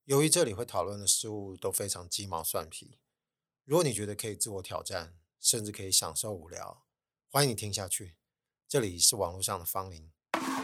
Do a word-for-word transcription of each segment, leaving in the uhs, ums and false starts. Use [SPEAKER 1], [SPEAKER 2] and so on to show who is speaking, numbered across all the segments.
[SPEAKER 1] 由于这里会讨论的事物都非常鸡毛蒜皮，如果你觉得可以自我挑战，甚至可以享受无聊，欢迎你听下去。这里是网络上的芳龄。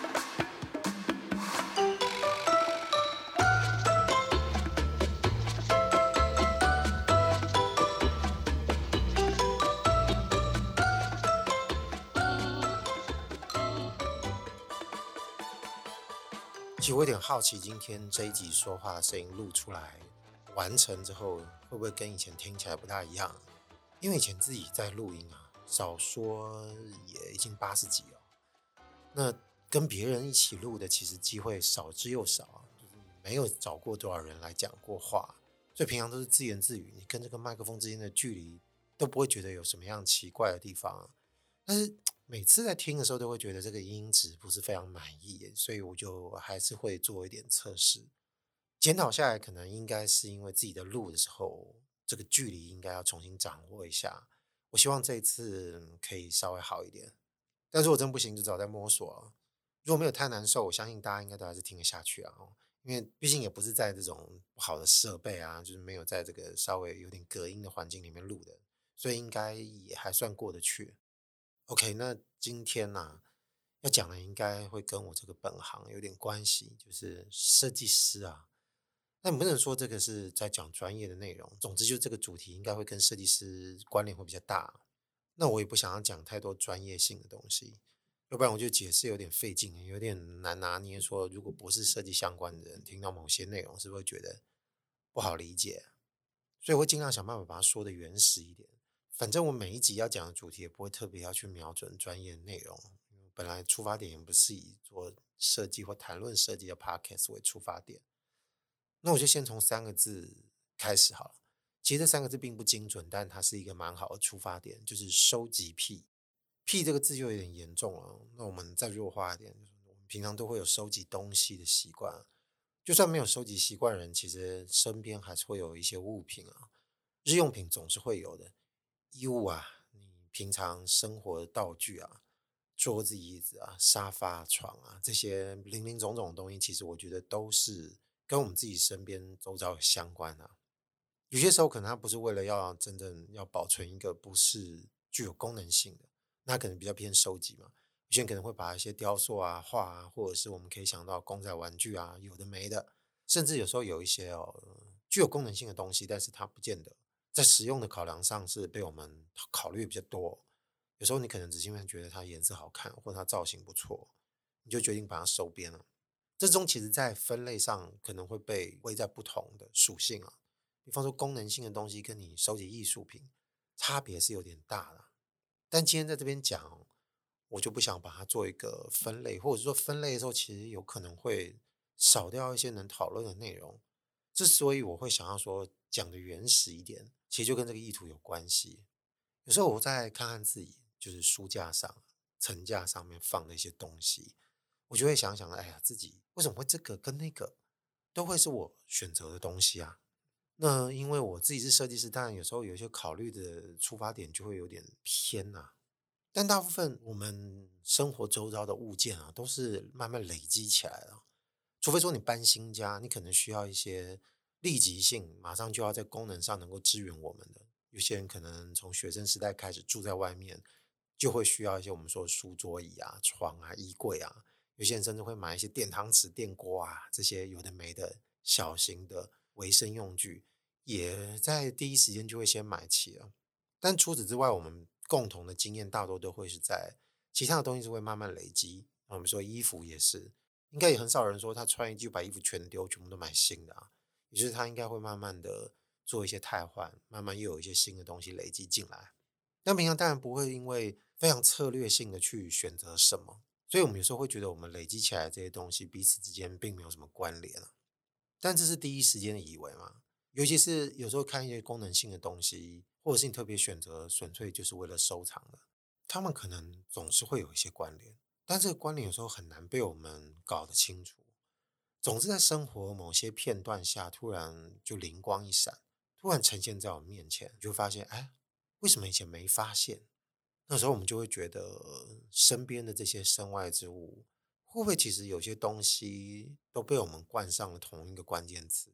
[SPEAKER 1] 其实我有点好奇，今天这一集说话的声音录出来完成之后，会不会跟以前听起来不大一样？因为以前自己在录音啊，少说也已经八十几了。那跟别人一起录的，其实机会少之又少啊，就是没有找过多少人来讲过话，所以平常都是自言自语，你跟这个麦克风之间的距离都不会觉得有什么样奇怪的地方啊。但是每次在听的时候，都会觉得这个音质不是非常满意耶，所以我就还是会做一点测试。检讨下来，可能应该是因为自己的录的时候，这个距离应该要重新掌握一下。我希望这一次可以稍微好一点。但如果真不行，就只好再摸索了。如果没有太难受，我相信大家应该都还是听得下去啊。哦，因为毕竟也不是在这种不好的设备啊，就是没有在这个稍微有点隔音的环境里面录的，所以应该也还算过得去。OK，那今天呢、要讲的应该会跟我这个本行有点关系，就是设计师啊。那你不能说这个是在讲专业的内容，总之就这个主题应该会跟设计师关联会比较大。那我也不想要讲太多专业性的东西，要不然我就解释有点费劲，有点难拿捏。说如果不是设计相关的人，听到某些内容，是不是会觉得不好理解？所以我会尽量想办法把它说的原始一点。反正我每一集要讲的主题也不会特别要去瞄准专业内容，本来出发点也不是以做设计或谈论设计的 podcast 为出发点。那我就先从三个字开始好了。其实这三个字并不精准，但它是一个蛮好的出发点，就是收集癖。癖这个字就有点严重了，那我们再弱化一点，就是我们平常都会有收集东西的习惯。就算没有收集习惯的人，其实身边还是会有一些物品啊，日用品总是会有的。衣物啊，你平常生活的道具啊，桌子、椅子啊、沙发、床啊，这些零零总总的东西，其实我觉得都是跟我们自己身边周遭有相关啊。有些时候可能它不是为了要真正要保存一个不是具有功能性的，那可能比较偏收集嘛。有些人可能会把一些雕塑啊、画啊，或者是我们可以想到公仔玩具啊，有的没的，甚至有时候有一些哦具有功能性的东西，但是它不见得在使用的考量上是被我们考虑比较多。有时候你可能只是因为觉得它颜色好看，或者它造型不错，你就决定把它收编了。这种其实在分类上可能会被归在不同的属性啊。比方说功能性的东西跟你收集艺术品差别是有点大的。但今天在这边讲，我就不想把它做一个分类，或者说分类的时候，其实有可能会少掉一些能讨论的内容。之所以我会想要说讲的原始一点，其实就跟这个意图有关系。有时候我再看看自己，就是书架上、层架上面放的一些东西，我就会想想，哎呀，自己为什么会这个跟那个都会是我选择的东西啊？那因为我自己是设计师，当然有时候有一些考虑的出发点就会有点偏呐、但大部分我们生活周遭的物件啊，都是慢慢累积起来的。除非说你搬新家，你可能需要一些立即性，马上就要在功能上能够支援我们的。有些人可能从学生时代开始住在外面，就会需要一些我们说的书桌椅啊、床啊、衣柜啊。有些人甚至会买一些电汤匙、电锅啊，这些有的没的小型的维生用具，也在第一时间就会先买齐了。但除此之外，我们共同的经验大多都会是在其他的东西是会慢慢累积。我们说衣服也是，应该也很少人说他穿一季就把衣服全丢，全部都买新的啊。也就是他应该会慢慢的做一些汰换，慢慢又有一些新的东西累积进来。但平常当然不会因为非常策略性的去选择什么，所以我们有时候会觉得我们累积起来的这些东西彼此之间并没有什么关联啊。但这是第一时间的以为嘛，尤其是有时候看一些功能性的东西，或者是你特别选择纯粹就是为了收藏的，他们可能总是会有一些关联，但这个关联有时候很难被我们搞得清楚。总之在生活某些片段下，突然就灵光一闪，突然呈现在我面前，你就发现，哎，为什么以前没发现？那时候我们就会觉得，身边的这些身外之物，会不会其实有些东西都被我们冠上了同一个关键词？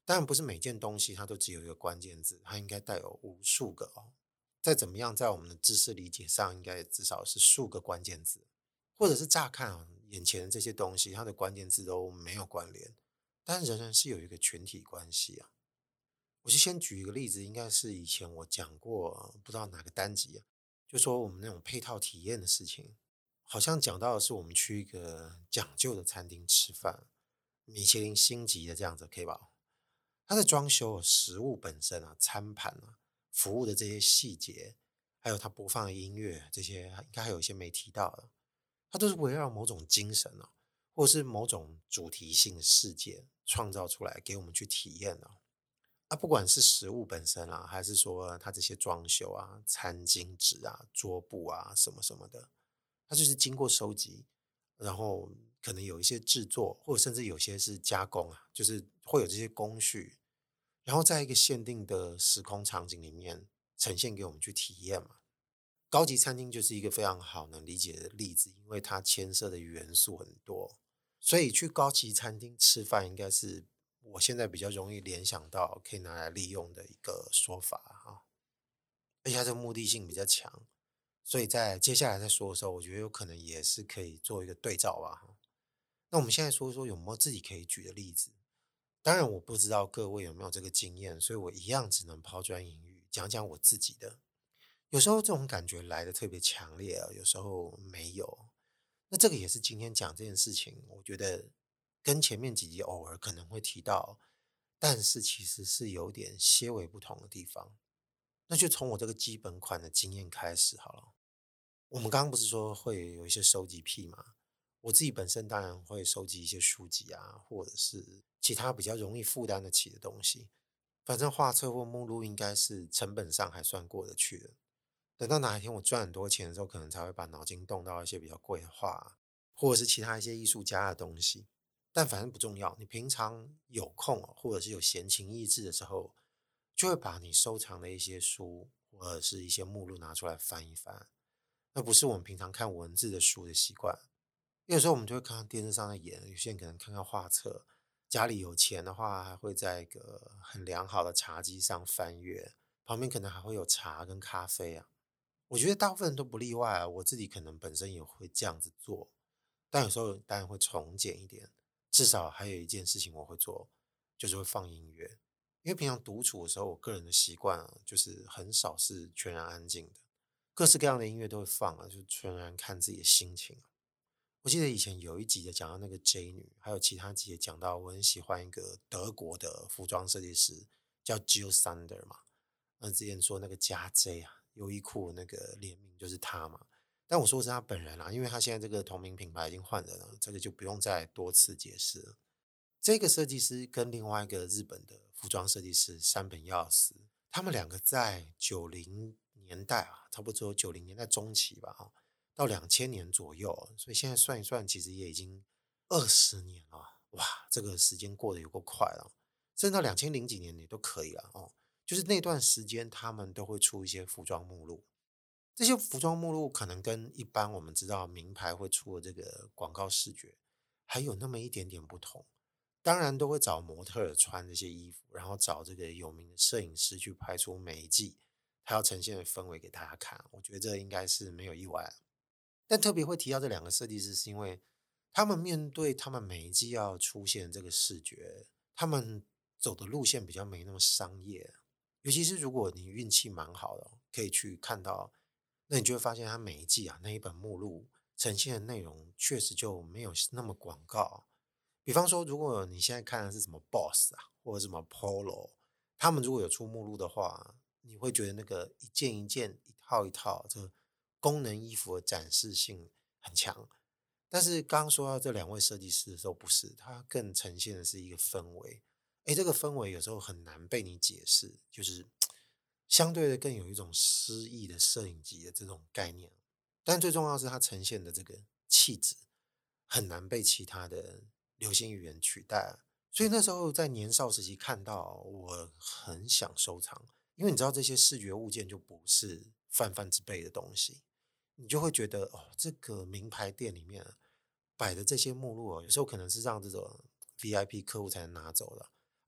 [SPEAKER 1] 当然不是每件东西它都只有一个关键字，它应该带有无数个哦。再怎么样，在我们的知识理解上，应该至少是数个关键字，或者是乍看啊，眼前的这些东西，它的关键字都没有关联，但仍然是有一个群体关系啊。我就先举一个例子，应该是以前我讲过，不知道哪个单集啊，就说我们那种配套体验的事情，好像讲到的是我们去一个讲究的餐厅吃饭，米其林星级的这样子，可以吧？它的装修、食物本身啊、餐盘啊、服务的这些细节，还有它播放的音乐，这些应该还有一些没提到的，它都是围绕某种精神啊，或是某种主题性的事件创造出来给我们去体验的。啊，不管是食物本身啊，还是说它这些装修啊、餐巾纸啊、桌布啊什么什么的，它就是经过收集，然后可能有一些制作，或者甚至有些是加工啊，就是会有这些工序，然后在一个限定的时空场景里面呈现给我们去体验嘛。高级餐厅就是一个非常好能理解的例子，因为它牵涉的元素很多，所以去高级餐厅吃饭应该是我现在比较容易联想到可以拿来利用的一个说法啊，而且它这个目的性比较强，所以在接下来再说的时候，我觉得有可能也是可以做一个对照吧。那我们现在说说有没有自己可以举的例子？当然我不知道各位有没有这个经验，所以我一样只能抛砖引玉，讲讲我自己的。有时候这种感觉来的特别强烈啊，有时候没有。那这个也是今天讲这件事情，我觉得跟前面几集偶尔可能会提到，但是其实是有点些微不同的地方。那就从我这个基本款的经验开始好了。我们刚刚不是说会有一些收集癖嘛？我自己本身当然会收集一些书籍啊，或者是其他比较容易负担得起的东西。反正画册或目录应该是成本上还算过得去的。等到哪一天我赚很多钱的时候，可能才会把脑筋动到一些比较贵的画，或者是其他一些艺术家的东西。但反正不重要，你平常有空哦或者是有闲情逸致的时候，就会把你收藏的一些书或者是一些目录拿出来翻一翻。那不是我们平常看文字的书的习惯，有时候我们就会看到电视上的演，有些人可能看看画册，家里有钱的话，还会在一个很良好的茶几上翻阅，旁边可能还会有茶跟咖啡啊。我觉得大部分人都不例外啊，我自己可能本身也会这样子做，但有时候当然会从简一点。至少还有一件事情我会做，就是会放音乐。因为平常独处的时候，我个人的习惯啊，就是很少是全然安静的，各式各样的音乐都会放啊，就全然看自己的心情啊。我记得以前有一集的讲到那个 J 女，还有其他集也讲到，我很喜欢一个德国的服装设计师，叫 Jill Sander 嘛。那之前说那个加 J 啊，优衣库那个联名就是他嘛。但我说的是他本人啦，因为他现在这个同名品牌已经换人了，这个就不用再多次解释了。这个设计师跟另外一个日本的服装设计师山本耀司，他们两个在九零年代啊，差不多九零年代中期吧，啊，到两千年左右，所以现在算一算，其实也已经二十年了，哇，这个时间过得有够快了，甚至到两千零几年也都可以了哦。就是那段时间，他们都会出一些服装目录，这些服装目录可能跟一般我们知道名牌会出的这个广告视觉，还有那么一点点不同。当然都会找模特儿穿这些衣服，然后找这个有名的摄影师去拍出每一季他要呈现的氛围给大家看。我觉得这应该是没有意外。但特别会提到这两个设计师，是因为他们面对他们每一季要出现这个视觉，他们走的路线比较没那么商业。尤其是如果你运气蛮好的，可以去看到，那你就会发现他每一季啊那一本目录呈现的内容确实就没有那么广告。比方说，如果你现在看的是什么 Boss 啊，或者什么 Polo，他们如果有出目录的话，你会觉得那个一件一件、一套一套，这个功能衣服的展示性很强。但是刚刚说到这两位设计师的时候，不是，它更呈现的是一个氛围。诶，这个氛围有时候很难被你解释，就是相对的更有一种诗意的摄影机的这种概念。但最重要的是它呈现的这个气质，很难被其他的流行语言取代。所以那时候在年少时期看到，我很想收藏，因为你知道这些视觉物件就不是泛泛之辈的东西，你就会觉得哦，这个名牌店里面摆的这些目录哦，有时候可能是让这种 V I P 客户才能拿走的，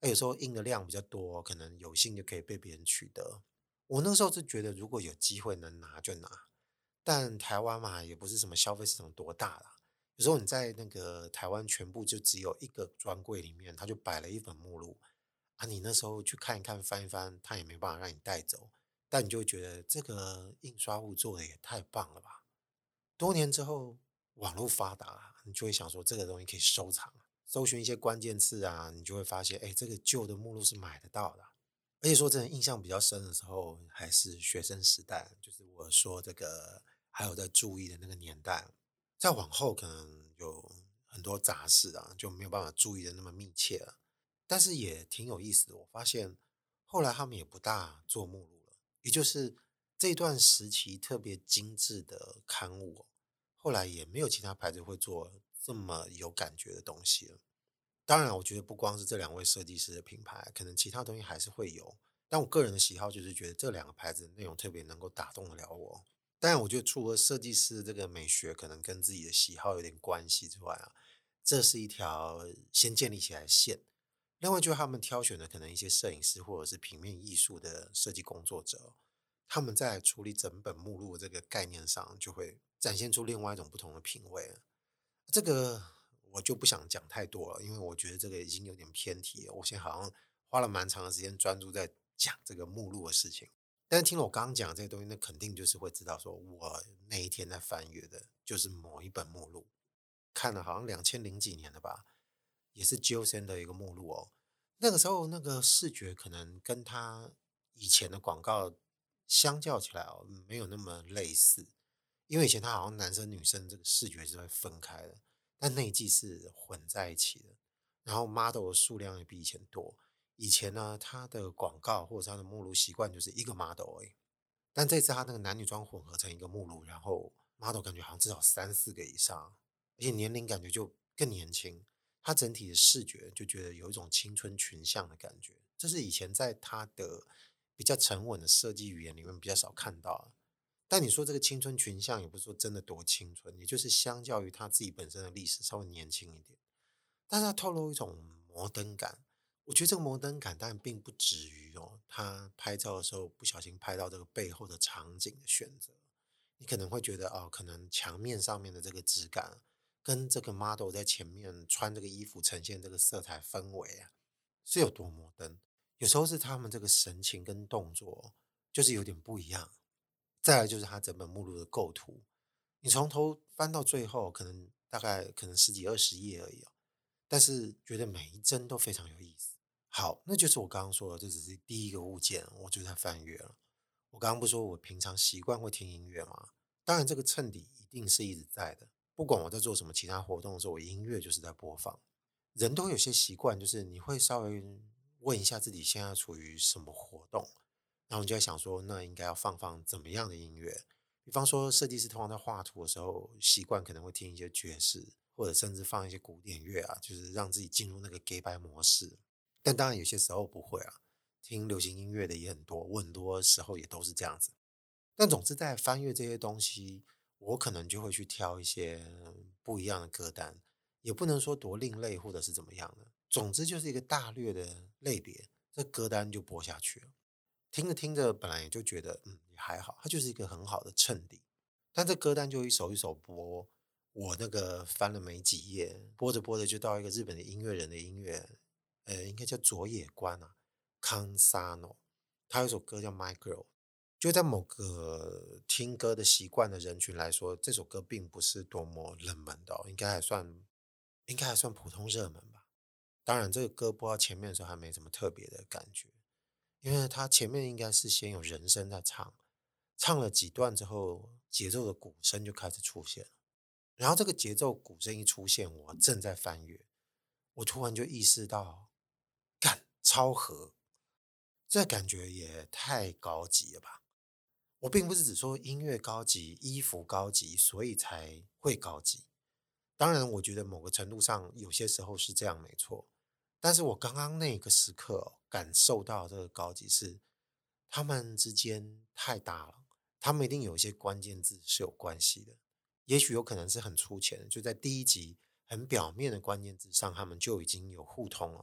[SPEAKER 1] 哎，有时候印的量比较多，可能有幸就可以被别人取得。我那时候就觉得，如果有机会能拿就拿，但台湾嘛，也不是什么消费市场多大啦。有时候你在那个台湾全部就只有一个专柜里面，他就摆了一本目录啊，你那时候去看一看、翻一翻，他也没办法让你带走，但你就会觉得这个印刷物做的也太棒了吧！多年之后，网络发达啊，你就会想说这个东西可以收藏啊，搜寻一些关键字啊，你就会发现，哎，这个旧的目录是买得到的啊。而且说真的，印象比较深的时候，还是学生时代，就是我说这个还有在注意的那个年代。再往后，可能有很多杂事啊，就没有办法注意的那么密切了。但是也挺有意思的，我发现后来他们也不大做目录了，也就是这段时期特别精致的刊物哦，后来也没有其他牌子会做这么有感觉的东西了。当然，我觉得不光是这两位设计师的品牌，可能其他东西还是会有。但我个人的喜好就是觉得这两个牌子的内容特别能够打动得了我。当然，我觉得除了设计师这个美学可能跟自己的喜好有点关系之外啊，这是一条先建立起来的线。另外就是他们挑选的可能一些摄影师或者是平面艺术的设计工作者，他们在处理整本目录这个概念上，就会展现出另外一种不同的品味了。这个我就不想讲太多了，因为我觉得这个已经有点偏题了。我现在好像花了蛮长的时间专注在讲这个目录的事情，但是听了我刚刚讲的这些东西，那肯定就是会知道说，我那一天在翻阅的就是某一本目录，看了好像两千零几年的吧，也是 j o s e n 的一个目录哦。那个时候那个视觉可能跟他以前的广告相较起来哦，没有那么类似。因为以前他好像男生女生这个视觉是会分开的，但那一季是混在一起的，然后 model 的数量也比以前多。以前呢，他的广告或者他的目录习惯就是一个 model 而已，但这次他那个男女装混合成一个目录，然后 model 感觉好像至少三四个以上，而且年龄感觉就更年轻。他整体的视觉就觉得有一种青春群像的感觉，这是以前在他的比较沉稳的设计语言里面比较少看到的。但你说这个青春群像也不是说真的多青春，也就是相较于他自己本身的历史稍微年轻一点，但是他透露一种摩登感。我觉得这个摩登感当然并不止于哦，他拍照的时候不小心拍到这个背后的场景的选择，你可能会觉得哦，可能墙面上面的这个质感，跟这个 model 在前面穿这个衣服呈现这个色彩氛围啊，是有多摩登。有时候是他们这个神情跟动作就是有点不一样。再来就是它整本目录的构图，你从头翻到最后，可能大概可能十几二十页而已哦，但是觉得每一帧都非常有意思。好，那就是我刚刚说的，这只是第一个物件，我就在翻阅了。我刚刚不说我平常习惯会听音乐吗？当然，这个衬底一定是一直在的，不管我在做什么其他活动的时候，我音乐就是在播放。人都有些习惯，就是你会稍微问一下自己现在处于什么活动，然后你就在想说，那应该要放放怎么样的音乐？比方说，设计师通常在画图的时候，习惯可能会听一些爵士，或者甚至放一些古典乐啊，就是让自己进入那个 gay 白模式。但当然有些时候不会啊，听流行音乐的也很多，我很多时候也都是这样子。但总之在翻阅这些东西，我可能就会去挑一些不一样的歌单，也不能说多另类或者是怎么样的。总之就是一个大略的类别，这歌单就播下去了。听着听着，本来也就觉得嗯也还好，它就是一个很好的衬底。但这歌单就一首一首播，我那个翻了没几页，播着播着就到一个日本的音乐人的音乐，呃，应该叫佐野关啊，康萨诺，他有一首歌叫《My Girl》。就在某个听歌的习惯的人群来说，这首歌并不是多么冷门的哦，应该还算应该还算普通热门吧。当然，这个歌播到前面的时候还没什么特别的感觉，因为它前面应该是先有人声在唱，唱了几段之后，节奏的鼓声就开始出现了。然后这个节奏鼓声一出现，我正在翻阅，我突然就意识到，干超合，这感觉也太高级了吧！我并不是只说音乐高级、衣服高级，所以才会高级。当然，我觉得某个程度上，有些时候是这样，没错。但是我刚刚那个时刻哦感受到这个高级是，他们之间太大了，他们一定有一些关键字是有关系的。也许有可能是很粗浅的，就在第一集很表面的关键字上，他们就已经有互通了。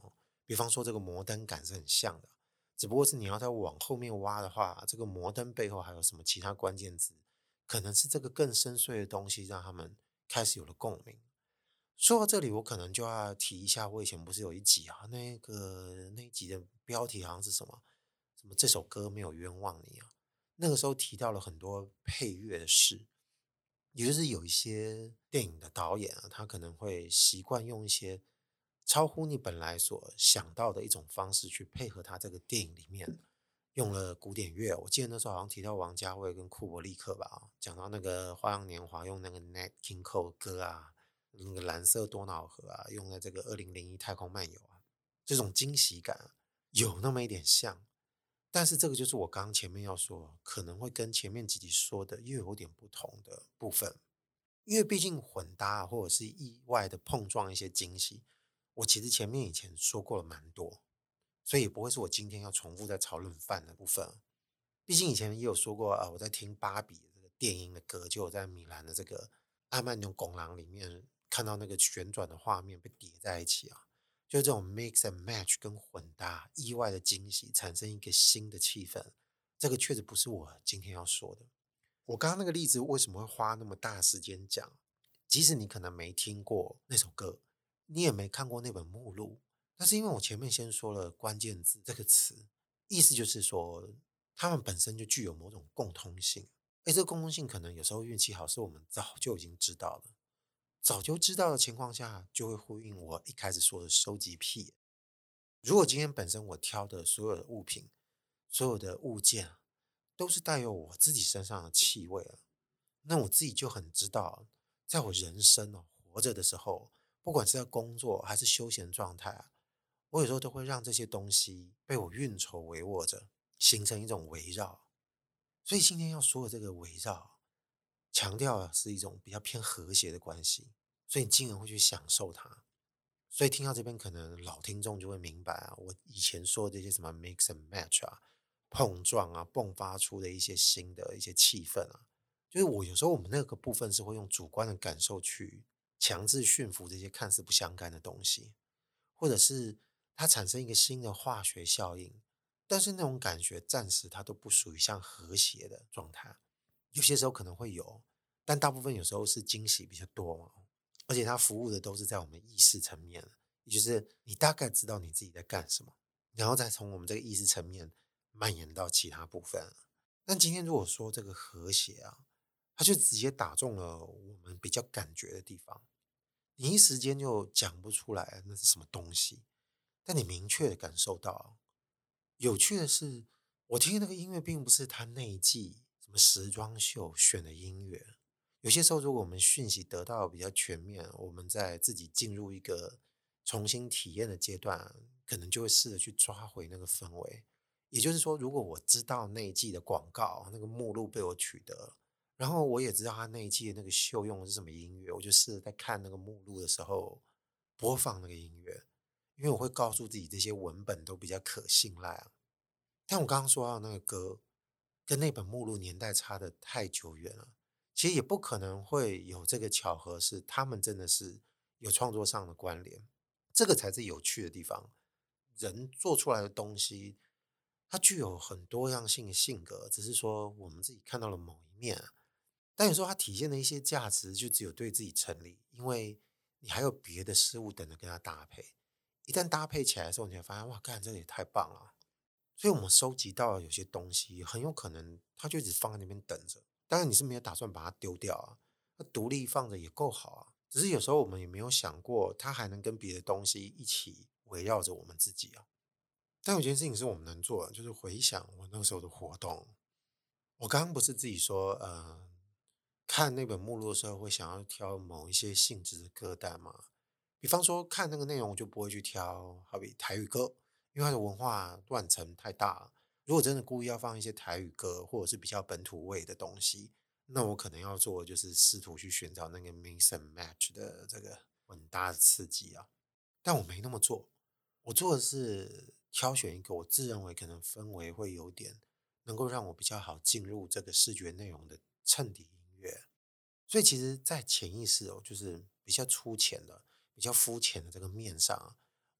[SPEAKER 1] 比方说这个摩登感是很像的，只不过是你要再往后面挖的话，这个摩登背后还有什么其他关键字，可能是这个更深邃的东西让他们开始有了共鸣。说到这里，我可能就要提一下，我以前不是有一集啊，那个那一集的标题好像是什么什么这首歌没有冤枉你啊。那个时候提到了很多配乐的事，也就是有一些电影的导演啊，他可能会习惯用一些超乎你本来所想到的一种方式去配合他这个电影里面用了古典乐。我记得那时候好像提到王家卫跟库伯利克吧，讲到那个《花样年华》用那个 Nat King Cole 歌啊，那个蓝色多瑙河啊，用在这个二零零一太空漫游啊，这种惊喜感啊有那么一点像。但是这个就是我刚刚前面要说，可能会跟前面几集说的又有点不同的部分，因为毕竟混搭啊或者是意外的碰撞一些惊喜，我其实前面以前说过了蛮多，所以也不会是我今天要重复在炒冷饭的部分。毕竟以前也有说过啊，我在听芭比的这个电音的歌，就有在米兰的这个阿曼纽拱廊里面看到那个旋转的画面被叠在一起啊，就这种 mix and match 跟混搭，意外的惊喜产生一个新的气氛，这个确实不是我今天要说的。我刚刚那个例子为什么会花那么大时间讲？即使你可能没听过那首歌，你也没看过那本目录，但是因为我前面先说了关键字这个词，意思就是说，他们本身就具有某种共通性。而这个共通性可能有时候运气好，是我们早就已经知道了，早就知道的情况下，就会呼应我一开始说的收集癖。如果今天本身我挑的所有的物品，所有的物件啊都是带有我自己身上的气味啊，那我自己就很知道，在我人生哦活着的时候，不管是在工作还是休闲状态啊，我有时候都会让这些东西被我运筹帷幄着，形成一种围绕。所以今天要说的这个围绕，强调的是一种比较偏和谐的关系，所以你进而会去享受它。所以听到这边，可能老听众就会明白啊，我以前说的这些什么 mix and match 啊、碰撞啊、迸发出的一些新的一些气氛啊，就是我有时候我们那个部分是会用主观的感受去强制驯服这些看似不相干的东西，或者是它产生一个新的化学效应，但是那种感觉暂时它都不属于像和谐的状态，有些时候可能会有，但大部分有时候是惊喜比较多嘛，而且它服务的都是在我们意识层面，也就是你大概知道你自己在干什么，然后再从我们这个意识层面蔓延到其他部分。但今天如果说这个和谐啊，它就直接打中了我们比较感觉的地方，你一时间就讲不出来那是什么东西，但你明确的感受到。有趣的是，我听那个音乐并不是他那一季什么时装秀选的音乐。有些时候，如果我们讯息得到比较全面，我们在自己进入一个重新体验的阶段，可能就会试着去抓回那个氛围。也就是说，如果我知道那一季的广告那个目录被我取得，然后我也知道他那一季的那个秀用的是什么音乐，我就试着在看那个目录的时候播放那个音乐，因为我会告诉自己这些文本都比较可信赖啊。但我刚刚说到那个歌，跟那本目录年代差的太久远了，其实也不可能会有这个巧合，是他们真的是有创作上的关联，这个才是有趣的地方。人做出来的东西，它具有很多样性的性格，只是说我们自己看到了某一面啊，但有时候它体现的一些价值，就只有对自己成立，因为你还有别的事物等着跟它搭配。一旦搭配起来的时候，你会发现，哇，干，这个也太棒了！所以我们收集到有些东西，很有可能它就一直放在那边等着。当然你是没有打算把它丢掉啊，那独立放着也够好啊。只是有时候我们也没有想过，它还能跟别的东西一起围绕着我们自己啊。但有件事情是我们能做的，就是回想我那个时候的活动。我刚刚不是自己说，呃，看那本目录的时候会想要挑某一些性质的歌单嘛？比方说看那个内容，我就不会去挑，好比台语歌，因为它的文化断层太大了。如果真的故意要放一些台语歌，或者是比较本土味的东西，那我可能要做的就是试图去寻找那个 mix and match 的这个混搭的刺激啊。但我没那么做，我做的是挑选一个我自认为可能氛围会有点能够让我比较好进入这个视觉内容的衬底音乐。所以其实在潜意识哦，就是比较粗浅的、比较肤浅的这个面上啊，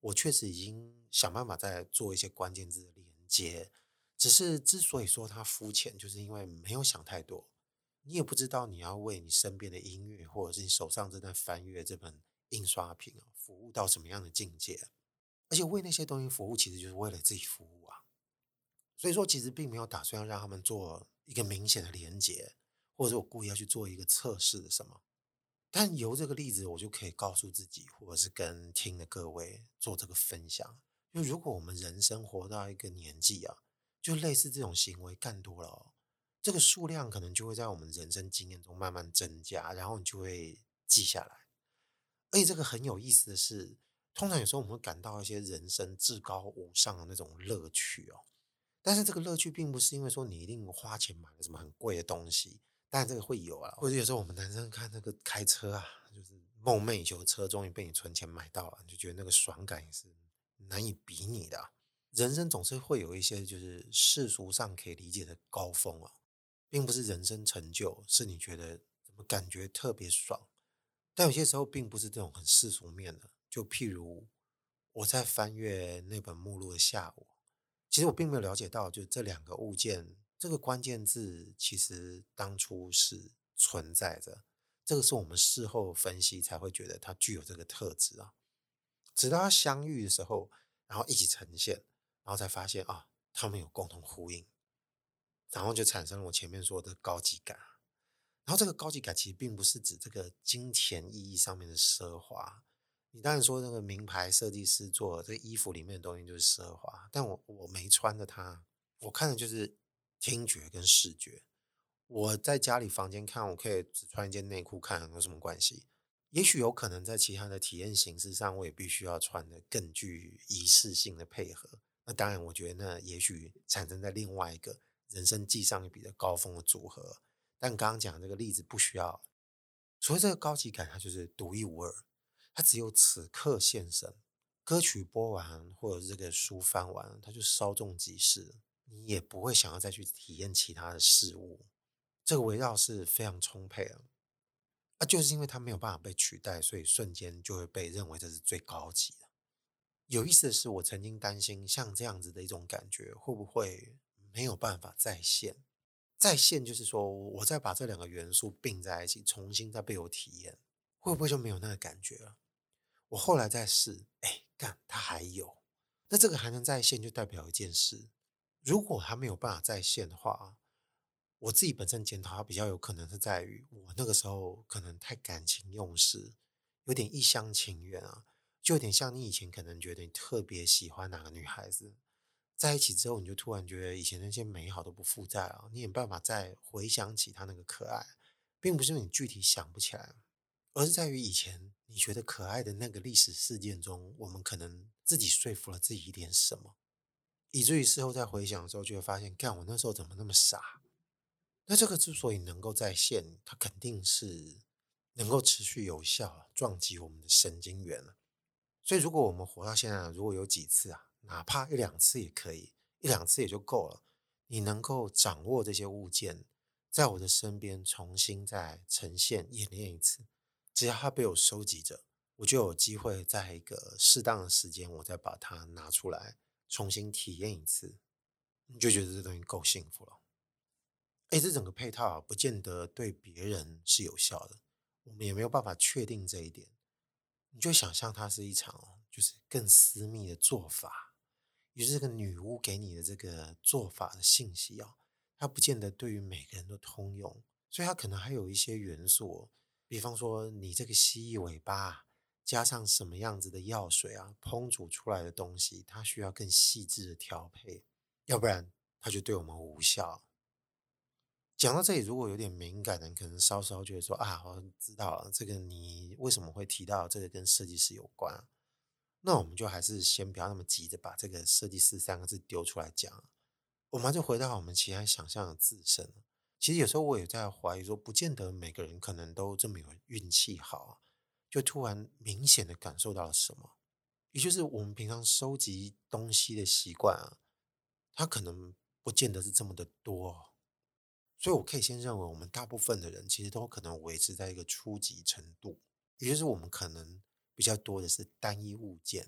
[SPEAKER 1] 我确实已经想办法在做一些关键字的连接，只是之所以说它肤浅，就是因为没有想太多。你也不知道你要为你身边的音乐，或者是你手上正在翻阅这本印刷品啊，服务到什么样的境界。而且为那些东西服务，其实就是为了自己服务啊。所以说，其实并没有打算要让他们做一个明显的连接，或者我故意要去做一个测试的什么。但由这个例子，我就可以告诉自己，或者是跟听的各位做这个分享。就如果我们人生活到一个年纪啊，就类似这种行为干多了哦，这个数量可能就会在我们人生经验中慢慢增加，然后你就会记下来。而且这个很有意思的是，通常有时候我们会感到一些人生至高无上的那种乐趣哦。但是这个乐趣并不是因为说你一定花钱买了什么很贵的东西，当然这个会有啊。或者有时候我们男生看那个开车啊，就是梦寐以求的车终于被你存钱买到了，你就觉得那个爽感也是难以比拟的啊。人生总是会有一些就是世俗上可以理解的高峰啊，并不是人生成就，是你觉得怎么感觉特别爽。但有些时候并不是这种很世俗面的，就譬如我在翻阅那本目录的下午，其实我并没有了解到，就这两个物件这个关键字其实当初是存在着，这个是我们事后分析才会觉得它具有这个特质啊。直到它相遇的时候，然后一起呈现，然后才发现啊，它们有共同呼应，然后就产生了我前面说的高级感。然后这个高级感其实并不是指这个金钱意义上面的奢华。你当然说那个名牌设计师做的这个衣服里面的东西就是奢华，但我我没穿的它，我看的就是听觉跟视觉。我在家里房间看，我可以只穿一件内裤看，有什么关系？也许有可能在其他的体验形式上，我也必须要穿的更具仪式性的配合。那当然，我觉得那也许产生在另外一个人生记上一笔的高峰的组合。但刚刚讲的这个例子不需要，所谓这个高级感，它就是独一无二，它只有此刻现身。歌曲播完或者这个书翻完，它就稍纵即逝，你也不会想要再去体验其他的事物。这个围绕是非常充沛的，啊，就是因为它没有办法被取代，所以瞬间就会被认为这是最高级的。有意思的是，我曾经担心像这样子的一种感觉，会不会没有办法再现？再现就是说，我再把这两个元素并在一起，重新再被我体验，会不会就没有那个感觉了？我后来再试，哎，干，它还有。那这个还能再现，就代表一件事：如果它没有办法再现的话，我自己本身检讨，它比较有可能是在于我那个时候可能太感情用事，有点一厢情愿啊，就有点像你以前可能觉得你特别喜欢哪个女孩子，在一起之后，你就突然觉得以前那些美好都不复在了，你也没办法再回想起她那个可爱，并不是因为你具体想不起来，而是在于以前你觉得可爱的那个历史事件中，我们可能自己说服了自己一点什么，以至于事后再回想的时候，就会发现，干我那时候怎么那么傻？那这个之所以能够再现，它肯定是能够持续有效撞击我们的神经元了。所以如果我们活到现在，如果有几次啊，哪怕一两次也可以，一两次也就够了。你能够掌握这些物件，在我的身边重新再呈现演练一次，只要它被我收集着，我就有机会在一个适当的时间，我再把它拿出来重新体验一次，你就觉得这东西够幸福了。哎，这整个配套啊，不见得对别人是有效的，我们也没有办法确定这一点。你就想象它是一场哦，就是更私密的做法，也就是这个女巫给你的这个做法的信息哦，它不见得对于每个人都通用，所以它可能还有一些元素哦，比方说你这个蜥蜴尾巴啊加上什么样子的药水啊，烹煮出来的东西，它需要更细致的调配，要不然它就对我们无效。讲到这里，如果有点敏感的人，可能稍稍觉得说啊，我知道了，这个你为什么会提到这个跟设计师有关啊？那我们就还是先不要那么急着把这个设计师三个字丢出来讲，我们还是回到我们其他想象的自身。其实有时候我也在怀疑说，不见得每个人可能都这么有运气好啊，就突然明显的感受到了什么，也就是我们平常收集东西的习惯啊，它可能不见得是这么的多哦。所以我可以先认为，我们大部分的人其实都可能维持在一个初级程度，也就是我们可能比较多的是单一物件，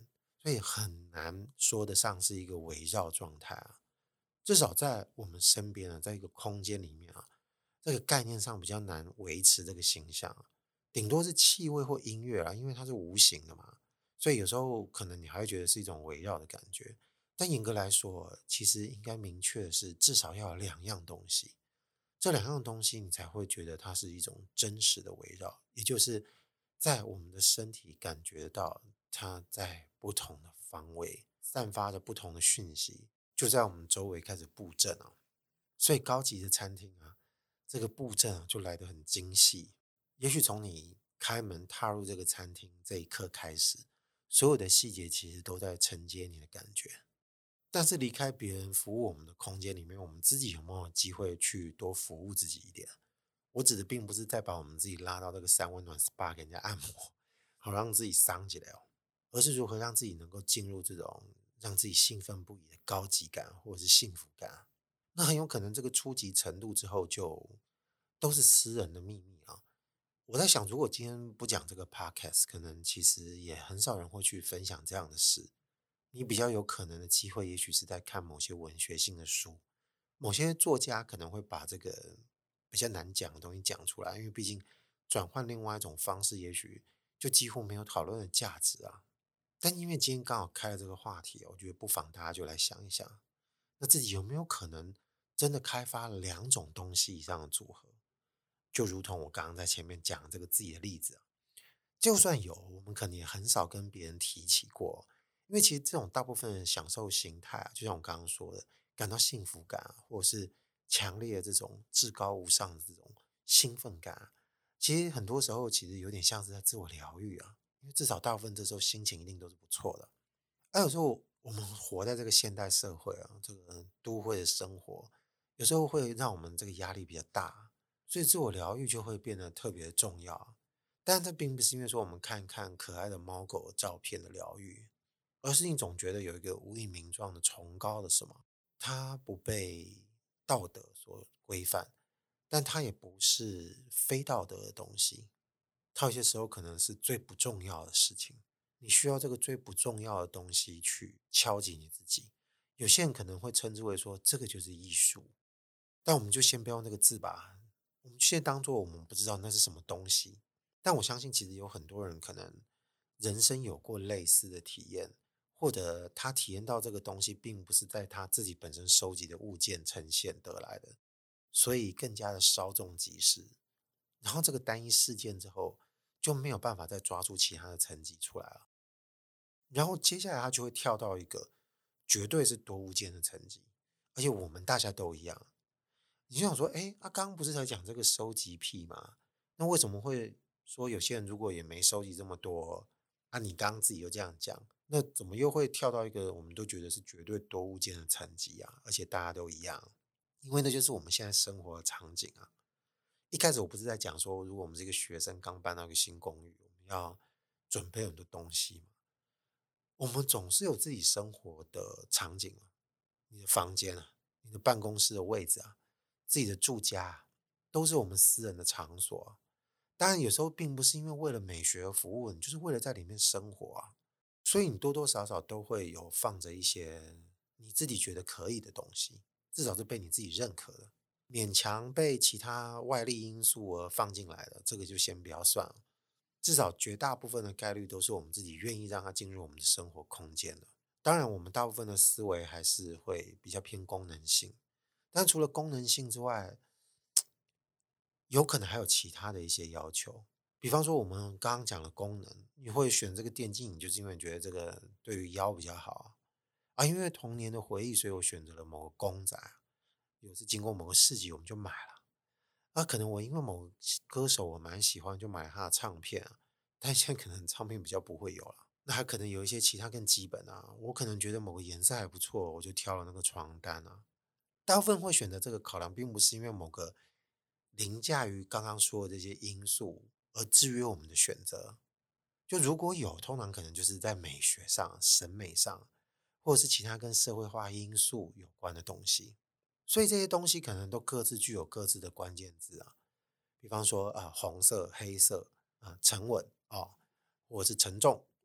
[SPEAKER 1] 所以很难说得上是一个围绕状态啊。至少在我们身边啊，在一个空间里面啊，这个概念上比较难维持这个形象啊，顶多是气味或音乐啊，因为它是无形的嘛，所以有时候可能你还会觉得是一种围绕的感觉。但严格来说，其实应该明确的是，至少要有两样东西，这两样东西你才会觉得它是一种真实的围绕，也就是在我们的身体感觉到它在不同的方位散发着不同的讯息，就在我们周围开始布阵啊。所以高级的餐厅啊，这个布阵啊就来得很精细。也许从你开门踏入这个餐厅这一刻开始，所有的细节其实都在承接你的感觉。但是离开别人服务我们的空间里面，我们自己有没有机会去多服务自己一点？我指的并不是再把我们自己拉到那个三温暖 S P A 给人家按摩，好让自己伤起来哦，而是如何让自己能够进入这种让自己兴奋不已的高级感或者是幸福感。那很有可能这个初级程度之后就都是私人的秘密啊。我在想，如果今天不讲这个 podcast，可能其实也很少人会去分享这样的事。你比较有可能的机会，也许是在看某些文学性的书，某些作家可能会把这个比较难讲的东西讲出来，因为毕竟转换另外一种方式，也许就几乎没有讨论的价值啊。但因为今天刚好开了这个话题，我觉得不妨大家就来想一想，那自己有没有可能真的开发了两种东西以上的组合？就如同我刚刚在前面讲这个自己的例子啊，就算有，我们可能也很少跟别人提起过，因为其实这种大部分的享受形态啊，就像我刚刚说的，感到幸福感啊，或者是强烈的这种至高无上的这种兴奋感啊，其实很多时候其实有点像是在自我疗愈啊，因为至少大部分这时候心情一定都是不错的。而有时候我们活在这个现代社会啊，这个都会的生活，有时候会让我们这个压力比较大，所以自我疗愈就会变得特别重要。但这并不是因为说我们看看可爱的猫狗的照片的疗愈，而是你总觉得有一个无以名状的崇高的什么，它不被道德所规范，但它也不是非道德的东西，它有些时候可能是最不重要的事情。你需要这个最不重要的东西去敲击你自己。有些人可能会称之为说这个就是艺术，但我们就先不要那个字吧，我们就先当做我们不知道那是什么东西。但我相信其实有很多人可能人生有过类似的体验，或者他体验到这个东西并不是在他自己本身收集的物件呈现得来的，所以更加的稍纵即逝。然后这个单一事件之后就没有办法再抓住其他的层级出来了。然后接下来他就会跳到一个绝对是多物件的层级，而且我们大家都一样。你就想说，哎，他刚刚不是才讲这个收集癖吗？那为什么会说有些人如果也没收集这么多，啊，你刚刚自己又这样讲，那怎么又会跳到一个我们都觉得是绝对多物件的层级啊？而且大家都一样，因为那就是我们现在生活的场景啊。一开始我不是在讲说，如果我们是一个学生刚搬到一个新公寓，我们要准备很多东西嘛。我们总是有自己生活的场景啊，你的房间啊，你的办公室的位置啊，自己的住家啊，都是我们私人的场所啊。当然，有时候并不是因为为了美学而服务，你就是为了在里面生活啊。所以你多多少少都会有放着一些你自己觉得可以的东西，至少是被你自己认可的。勉强被其他外力因素而放进来的，这个就先不要算了。至少绝大部分的概率都是我们自己愿意让它进入我们的生活空间的。当然，我们大部分的思维还是会比较偏功能性，但除了功能性之外，有可能还有其他的一些要求。比方说，我们刚刚讲的功能，你会选这个电竞椅，就是因为觉得这个对于腰比较好啊。啊，因为童年的回忆，所以我选择了某个公仔啊，有是经过某个市集，我们就买了。啊，可能我因为某个歌手我蛮喜欢，就买了他的唱片啊，但现在可能唱片比较不会有了。那还可能有一些其他更基本啊，我可能觉得某个颜色还不错，我就挑了那个床单啊。大部分会选择这个考量，并不是因为某个凌驾于刚刚说的这些因素而制约我们的选择。就如果有，通常可能就是在美学上、审美上，或者是其他跟社会化因素有关的东西。所以这些东西可能都各自具有各自的关键字啊，比方说啊、呃红色、黑色啊、呃沉稳啊、哦，或者是沉重，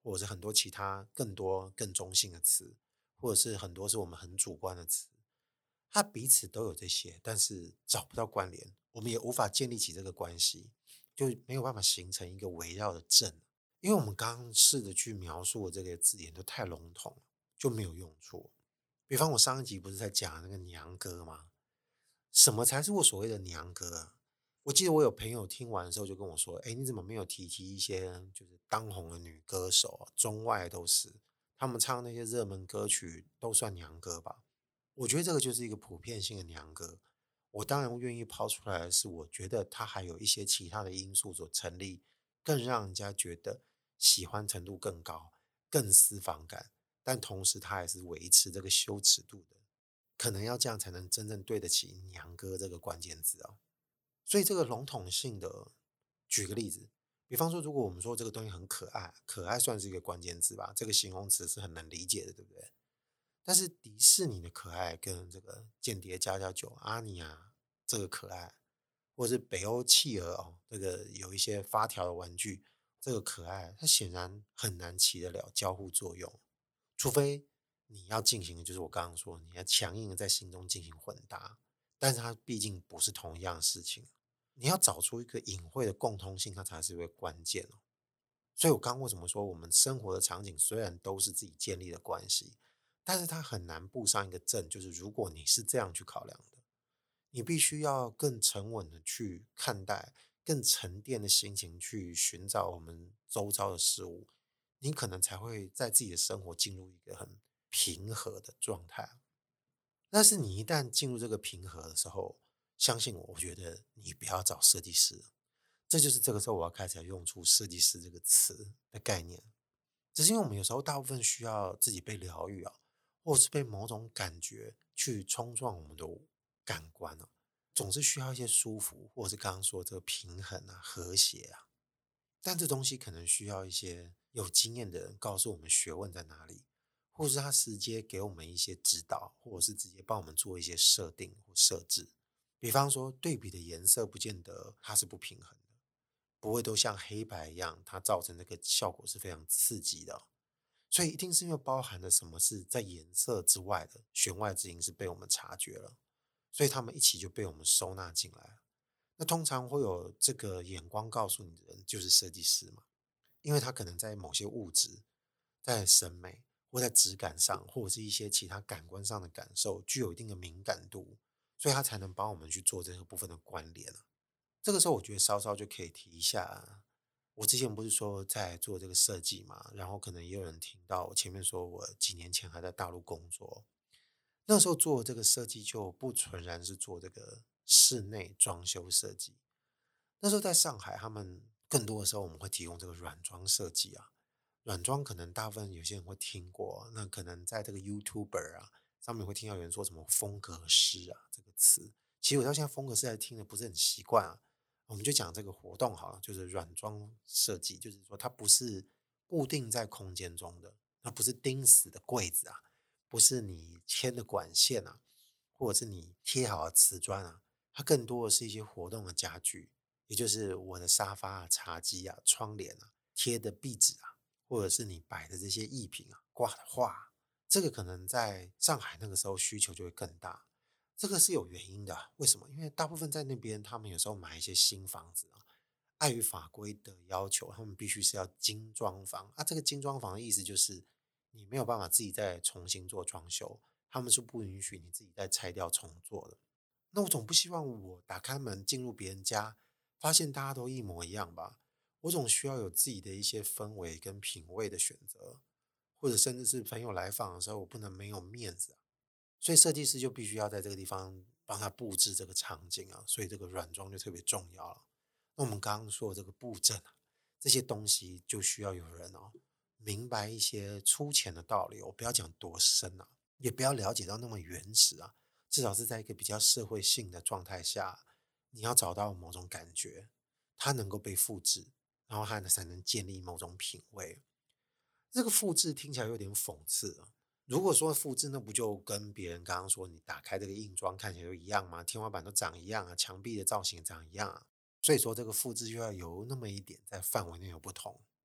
[SPEAKER 1] 或者是很多其他更多更中性的词，或者是很多是我们很主观的词，它彼此都有这些，但是找不到关联，我们也无法建立起这个关系，就没有办法形成一个围绕的阵。因为我们刚刚试着去描述的这个字眼都太笼统了，就没有用处。比方我上一集不是在讲那个娘歌吗？什么才是我所谓的娘歌啊？我记得我有朋友听完的时候就跟我说：“哎，你怎么没有提提一些就是当红的女歌手啊，中外都是，他们唱那些热门歌曲都算娘歌吧？”我觉得这个就是一个普遍性的娘歌。我当然愿意抛出来的是，我觉得它还有一些其他的因素所成立，更让人家觉得喜欢程度更高、更私房感，但同时它还是维持这个羞耻度的。可能要这样才能真正对得起"娘歌"这个关键字哦。所以这个笼统性的，举个例子，比方说，如果我们说这个东西很可爱，可爱算是一个关键字吧，这个形容词是很能理解的，对不对？但是迪士尼的可爱跟这个间谍加加九阿尼亚这个可爱，或者是北欧企鹅哦，这个有一些发条的玩具，这个可爱，它显然很难起得了交互作用，除非你要进行的就是我刚刚说，你要强硬的在心中进行混搭，但是它毕竟不是同一样的事情，你要找出一个隐晦的共通性，它才是一个关键哦。所以我刚刚为什么说我们生活的场景虽然都是自己建立的关系，但是它很难布上一个阵，就是如果你是这样去考量的，你必须要更沉稳的去看待，更沉淀的心情去寻找我们周遭的事物，你可能才会在自己的生活进入一个很平和的状态。但是你一旦进入这个平和的时候，相信我，我觉得你不要找设计师了，这就是这个时候我要开始要用出设计师这个词的概念。只是因为我们有时候大部分需要自己被疗愈啊，或是被某种感觉去冲撞我们的感官啊，总是需要一些舒服，或者是刚刚说这个平衡啊、和谐啊。但这东西可能需要一些有经验的人告诉我们学问在哪里，或是他直接给我们一些指导，或者是直接帮我们做一些设定或设置。比方说，对比的颜色不见得它是不平衡的，不会都像黑白一样，它造成那个效果是非常刺激的哦。所以一定是因为包含了什么是在颜色之外的弦外之音是被我们察觉了，所以他们一起就被我们收纳进来了。那通常会有这个眼光告诉你的人，就是设计师嘛，因为他可能在某些物质、在审美或在质感上，或者是一些其他感官上的感受，具有一定的敏感度，所以他才能帮我们去做这个部分的关联啊。这个时候，我觉得稍稍就可以提一下，我之前不是说在做这个设计嘛，然后可能也有人听到我前面说我几年前还在大陆工作，那时候做这个设计就不纯然是做这个室内装修设计。那时候在上海，他们更多的时候我们会提供这个软装设计啊。软装可能大部分有些人会听过，那可能在这个 YouTuber 啊上面会听到有人说什么风格师啊这个词。其实我到现在风格师还听的不是很习惯啊。我们就讲这个活动好了，就是软装设计，就是说它不是固定在空间中的，它不是钉死的柜子啊，不是你牵的管线啊，或者是你贴好的瓷砖啊，它更多的是一些活动的家具，也就是我的沙发啊、茶几啊、窗帘啊、贴的壁纸啊，或者是你摆的这些艺品啊、挂的画，这个可能在上海那个时候需求就会更大。这个是有原因的啊，为什么？因为大部分在那边，他们有时候买一些新房子啊，碍于法规的要求，他们必须是要精装房啊。这个精装房的意思就是，你没有办法自己再重新做装修，他们是不允许你自己再拆掉重做的。那我总不希望我打开门进入别人家，发现大家都一模一样吧？我总需要有自己的一些氛围跟品味的选择，或者甚至是朋友来访的时候，我不能没有面子啊。所以设计师就必须要在这个地方帮他布置这个场景啊，所以这个软装就特别重要了。那我们刚刚说的这个布阵啊，这些东西就需要有人哦，明白一些粗浅的道理，我不要讲多深啊，也不要了解到那么原始啊，至少是在一个比较社会性的状态下，你要找到某种感觉，它能够被复制，然后它才能建立某种品味。这个复制听起来有点讽刺啊。如果说复制，那不就跟别人刚刚说你打开这个硬装看起来都一样吗？天花板都长一样啊，墙壁的造型长一样啊。所以说这个复制就要有那么一点在范围内有不同。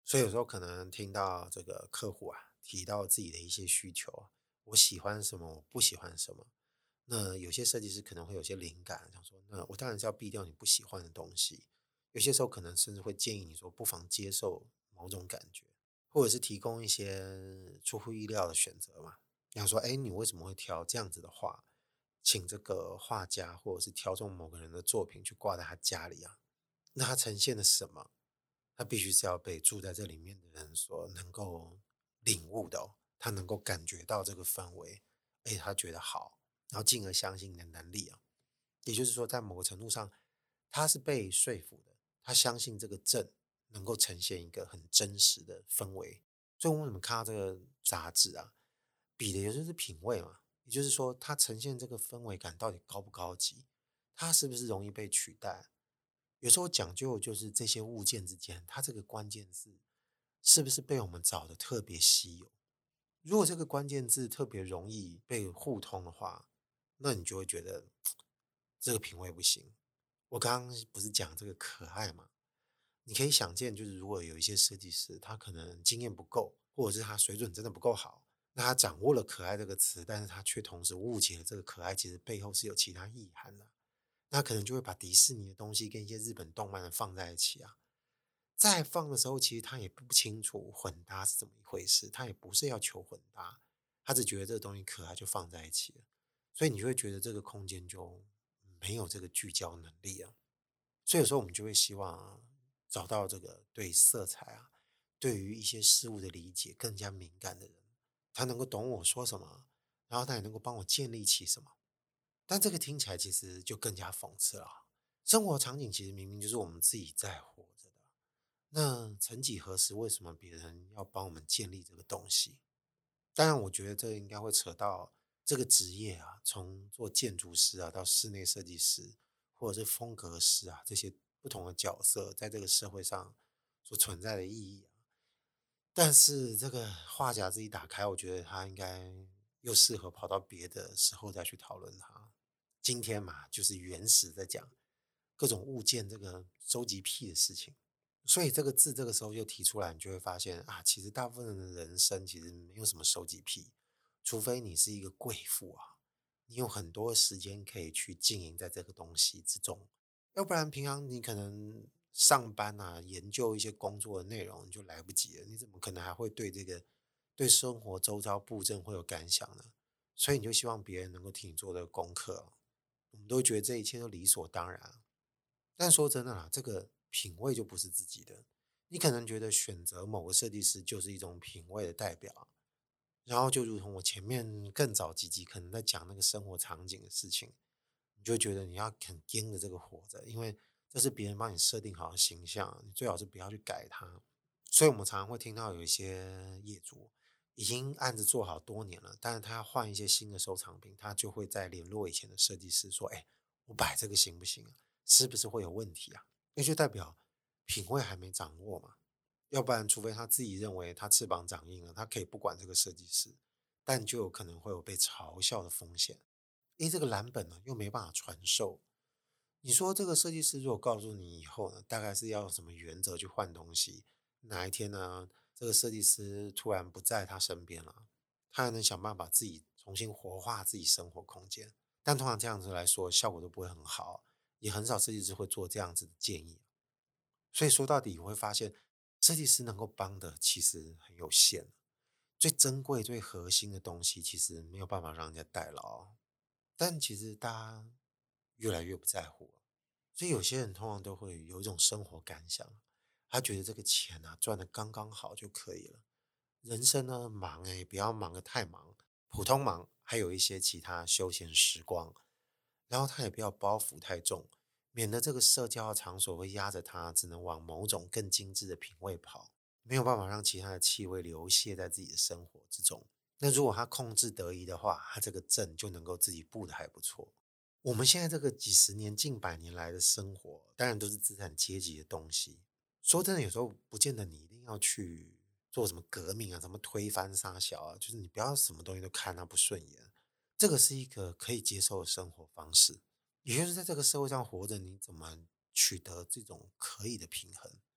[SPEAKER 1] 所以有时候可能听到这个客户啊提到自己的一些需求啊，我喜欢什么，我不喜欢什么。那有些设计师可能会有些灵感，想说，那我当然是要避掉你不喜欢的东西。有些时候可能甚至会建议你说，不妨接受某种感觉，或者是提供一些出乎意料的选择嘛。想说，哎，你为什么会挑这样子的画？请这个画家或者是挑中某个人的作品去挂在他家里啊？那它呈现的什么？它必须是要被住在这里面的人所能够领悟的哦，他能够感觉到这个氛围，而且他觉得好，然后进而相信你的能力啊。也就是说，在某个程度上，他是被说服的，他相信这个阵能够呈现一个很真实的氛围。所以，我们怎么看到这个杂志啊？比的也就是品味嘛，也就是说，它呈现这个氛围感到底高不高级，它是不是容易被取代？有时候讲究就是这些物件之间，它这个关键字是不是被我们找的特别稀有？如果这个关键字特别容易被互通的话，那你就会觉得这个品味不行。我刚刚不是讲这个可爱吗？你可以想见，就是如果有一些设计师，他可能经验不够，或者是他水准真的不够好，那他掌握了"可爱"这个词，但是他却同时误解了这个可爱其实背后是有其他意涵的。那可能就会把迪士尼的东西跟一些日本动漫的放在一起啊。在放的时候，其实他也不清楚混搭是怎么一回事，他也不是要求混搭，他只觉得这个东西可爱就放在一起了，所以你就会觉得这个空间就没有这个聚焦能力啊。所以有时候我们就会希望啊找到这个对色彩啊，对于一些事物的理解更加敏感的人，他能够懂我说什么，然后他也能够帮我建立起什么。但这个听起来其实就更加讽刺了啊。生活场景其实明明就是我们自己在活着的，那曾几何时，为什么别人要帮我们建立这个东西？当然，我觉得这应该会扯到这个职业啊，从做建筑师啊到室内设计师，或者是风格师啊，这些不同的角色在这个社会上所存在的意义啊。但是这个话匣子一打开，我觉得它应该又适合跑到别的时候再去讨论它。今天嘛，就是原始在讲各种物件这个收集癖的事情，所以这个字这个时候又提出来，你就会发现啊，其实大部分人的人生其实没有什么收集癖，除非你是一个贵妇啊，你有很多时间可以去经营在这个东西之中，要不然平常你可能上班啊，研究一些工作的内容你就来不及了，你怎么可能还会对这个对生活周遭布阵会有感想呢？所以你就希望别人能够替你做这个功课哦，我们都觉得这一切都理所当然啊。但说真的啦，这个品味就不是自己的。你可能觉得选择某个设计师就是一种品味的代表，然后就如同我前面更早几集可能在讲那个生活场景的事情，你就会觉得你要很盯着这个活着，因为这是别人帮你设定好的形象，你最好是不要去改它。所以我们常常会听到有一些业主已经案子做好多年了，但是他要换一些新的收藏品，他就会在联络以前的设计师说：“哎，我摆这个行不行啊？是不是会有问题啊？”那就代表品味还没掌握嘛。要不然，除非他自己认为他翅膀长硬了，他可以不管这个设计师，但就有可能会有被嘲笑的风险。因为这个蓝本呢又没办法传授，你说这个设计师如果告诉你以后呢，大概是要用什么原则去换东西？哪一天呢，这个设计师突然不在他身边了，他还能想办法自己重新活化自己生活空间。但通常这样子来说，效果都不会很好，也很少设计师会做这样子的建议。所以说到底，我会发现设计师能够帮的其实很有限，最珍贵、最核心的东西其实没有办法让人家代劳。但其实大家越来越不在乎了，所以有些人通常都会有一种生活感想，他觉得这个钱啊赚的刚刚好就可以了。人生呢忙诶、不要忙得太忙，普通忙，还有一些其他休闲时光，然后他也不要包袱太重，免得这个社交的场所会压着他，只能往某种更精致的品味跑，没有办法让其他的气味流泻在自己的生活之中。那如果他控制得宜的话，他这个阵就能够自己布的还不错。我们现在这个几十年、近百年来的生活，当然都是资产阶级的东西。说真的，有时候不见得你一定要去做什么革命啊，什么推翻杀小啊，就是你不要什么东西都看他不顺眼。这个是一个可以接受的生活方式，也就是在这个社会上活着，你怎么取得这种可以的平衡？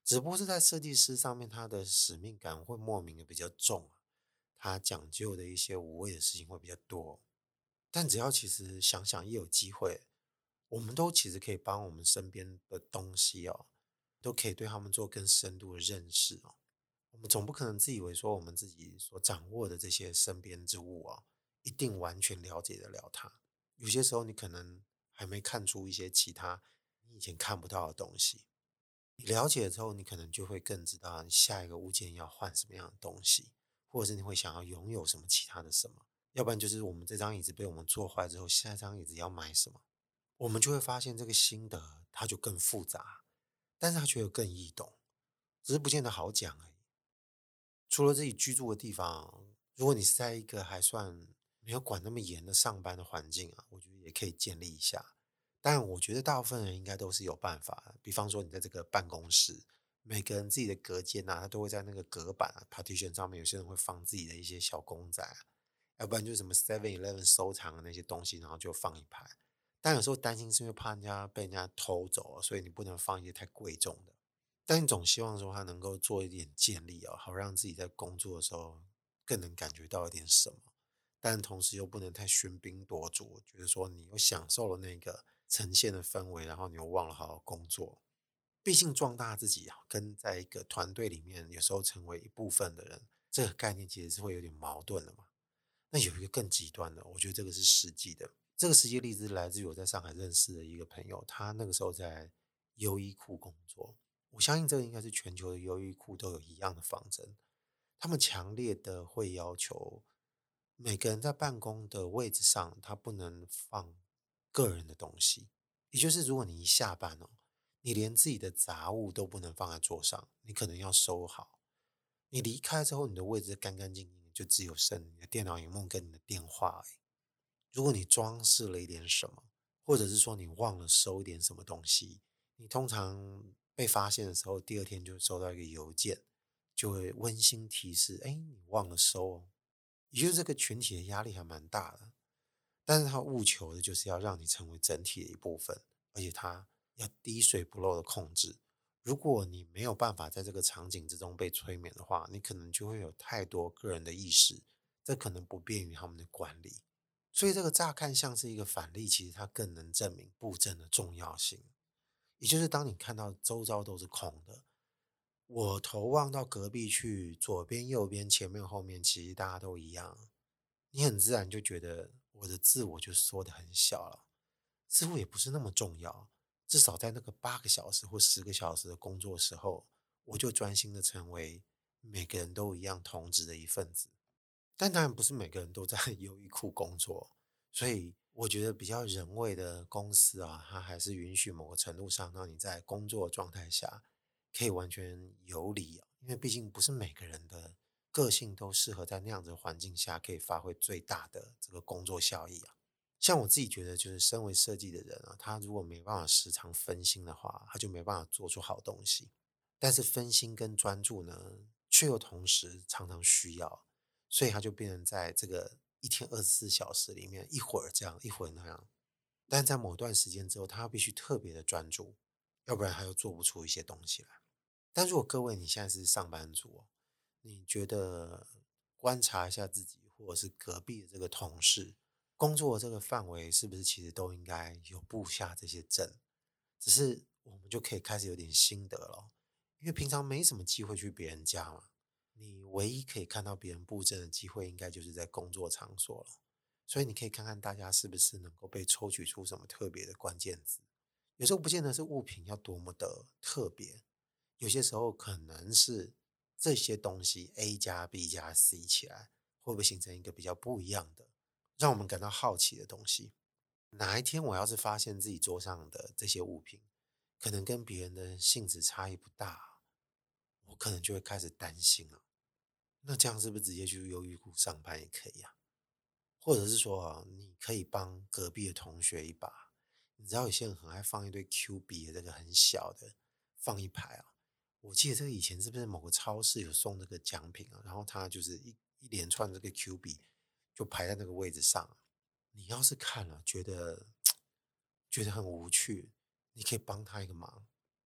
[SPEAKER 1] 只不过是在设计师上面，他的使命感会莫名的比较重啊，他讲究的一些无谓的事情会比较多。但只要其实想想一有机会，我们都其实可以帮我们身边的东西哦，都可以对他们做更深度的认识哦。我们总不可能自以为说我们自己所掌握的这些身边之物啊，一定完全了解得了它。有些时候你可能还没看出一些其他你以前看不到的东西。你了解了之后，你可能就会更知道你下一个物件要换什么样的东西，或者是你会想要拥有什么其他的什么。要不然就是我们这张椅子被我们做坏之后，下一张椅子要买什么，我们就会发现这个心得它就更复杂，但是它却又更易懂，只是不见得好讲而已。除了自己居住的地方，如果你是在一个还算没有管那么严的上班的环境啊，我觉得也可以建立一下。但我觉得大部分人应该都是有办法的，比方说你在这个办公室，每个人自己的隔间啊，他都会在那个隔板啊 partition 上面，有些人会放自己的一些小公仔啊，要不然就是什么 Seven Eleven 收藏的那些东西，然后就放一排。但有时候担心是因为怕人家被人家偷走啊，所以你不能放一些太贵重的。但你总希望说他能够做一点建立哦，好让自己在工作的时候更能感觉到一点什么，但同时又不能太喧宾夺主，觉得说你又享受了那个呈现的氛围，然后你又忘了好好工作。毕竟壮大自己啊，跟在一个团队里面有时候成为一部分的人，这个概念其实是会有点矛盾的嘛。那有一个更极端的，我觉得这个是实际的。这个实际例子来自于我在上海认识的一个朋友，他那个时候在优衣库工作。我相信这个应该是全球的优衣库都有一样的方针，他们强烈的会要求每个人在办公的位置上，他不能放个人的东西。也就是如果你一下班哦，你连自己的杂物都不能放在桌上，你可能要收好。你离开之后，你的位置干干净净的，就只有剩你的电脑荧幕跟你的电话而已。如果你装饰了一点什么，或者是说你忘了收一点什么东西，你通常被发现的时候，第二天就收到一个邮件，就会温馨提示：哎，你忘了收哦。也就是这个群体的压力还蛮大的，但是他务求的就是要让你成为整体的一部分，而且他要滴水不漏的控制。如果你没有办法在这个场景之中被催眠的话，你可能就会有太多个人的意识，这可能不便于他们的管理。所以这个乍看像是一个反例，其实它更能证明布阵的重要性。也就是当你看到周遭都是空的，我头望到隔壁去，左边、右边、前面、后面，其实大家都一样，你很自然就觉得我的自我就缩得很小了，似乎也不是那么重要。至少在那个八个小时或十个小时的工作时候，我就专心的成为每个人都一样同质的一份子。但当然不是每个人都在优衣库工作，所以我觉得比较人味的公司啊，它还是允许某个程度上让你在工作状态下可以完全游离啊，因为毕竟不是每个人的个性都适合在那样子的环境下可以发挥最大的这个工作效益啊。像我自己觉得，就是身为设计的人啊，他如果没办法时常分心的话，他就没办法做出好东西。但是分心跟专注呢，却又同时常常需要。所以他就变成在这个一天二十四小时里面，一会儿这样，一会儿那样。但在某段时间之后，他必须特别的专注，要不然他又做不出一些东西来。但如果各位你现在是上班族哦，你觉得观察一下自己，或者是隔壁的这个同事，工作的这个范围是不是其实都应该有布下这些阵？只是我们就可以开始有点心得了，因为平常没什么机会去别人家嘛。你唯一可以看到别人布阵的机会，应该就是在工作场所了。所以你可以看看大家是不是能够被抽取出什么特别的关键字。有时候不见得是物品要多么的特别，有些时候可能是这些东西 A 加 B 加 C 起来，会不会形成一个比较不一样的，让我们感到好奇的东西。哪一天我要是发现自己桌上的这些物品，可能跟别人的性质差异不大，我可能就会开始担心了。那这样是不是直接去优衣库上班也可以啊？或者是说啊，你可以帮隔壁的同学一把。你知道有些人很爱放一堆 Q 币的这个很小的，放一排啊。我记得这个以前是不是某个超市有送这个奖品啊？然后他就是一一连串这个 Q 币就排在那个位置上啊。你要是看了觉得觉得很无趣，你可以帮他一个忙。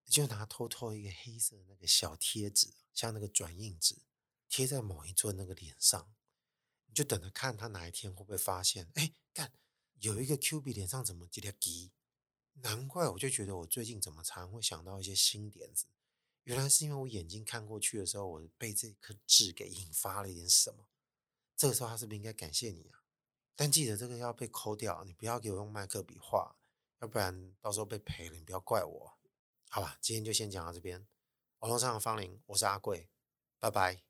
[SPEAKER 1] 你就拿偷偷一个黑色的那个小贴纸，像那个转印纸，贴在某一尊那个脸上，你就等着看他哪一天会不会发现，哎，干有一个 Q B 脸上怎么几条鸡？难怪我就觉得我最近怎么常会想到一些新点子，原来是因为我眼睛看过去的时候，我被这颗痣给引发了一点什么。这个时候他是不是应该感谢你啊？但记得这个要被抠掉，你不要给我用麦克笔画，要不然到时候被赔了，你不要怪我。好吧，今天就先讲到这边。网络上的芳龄，我是阿贵，拜拜。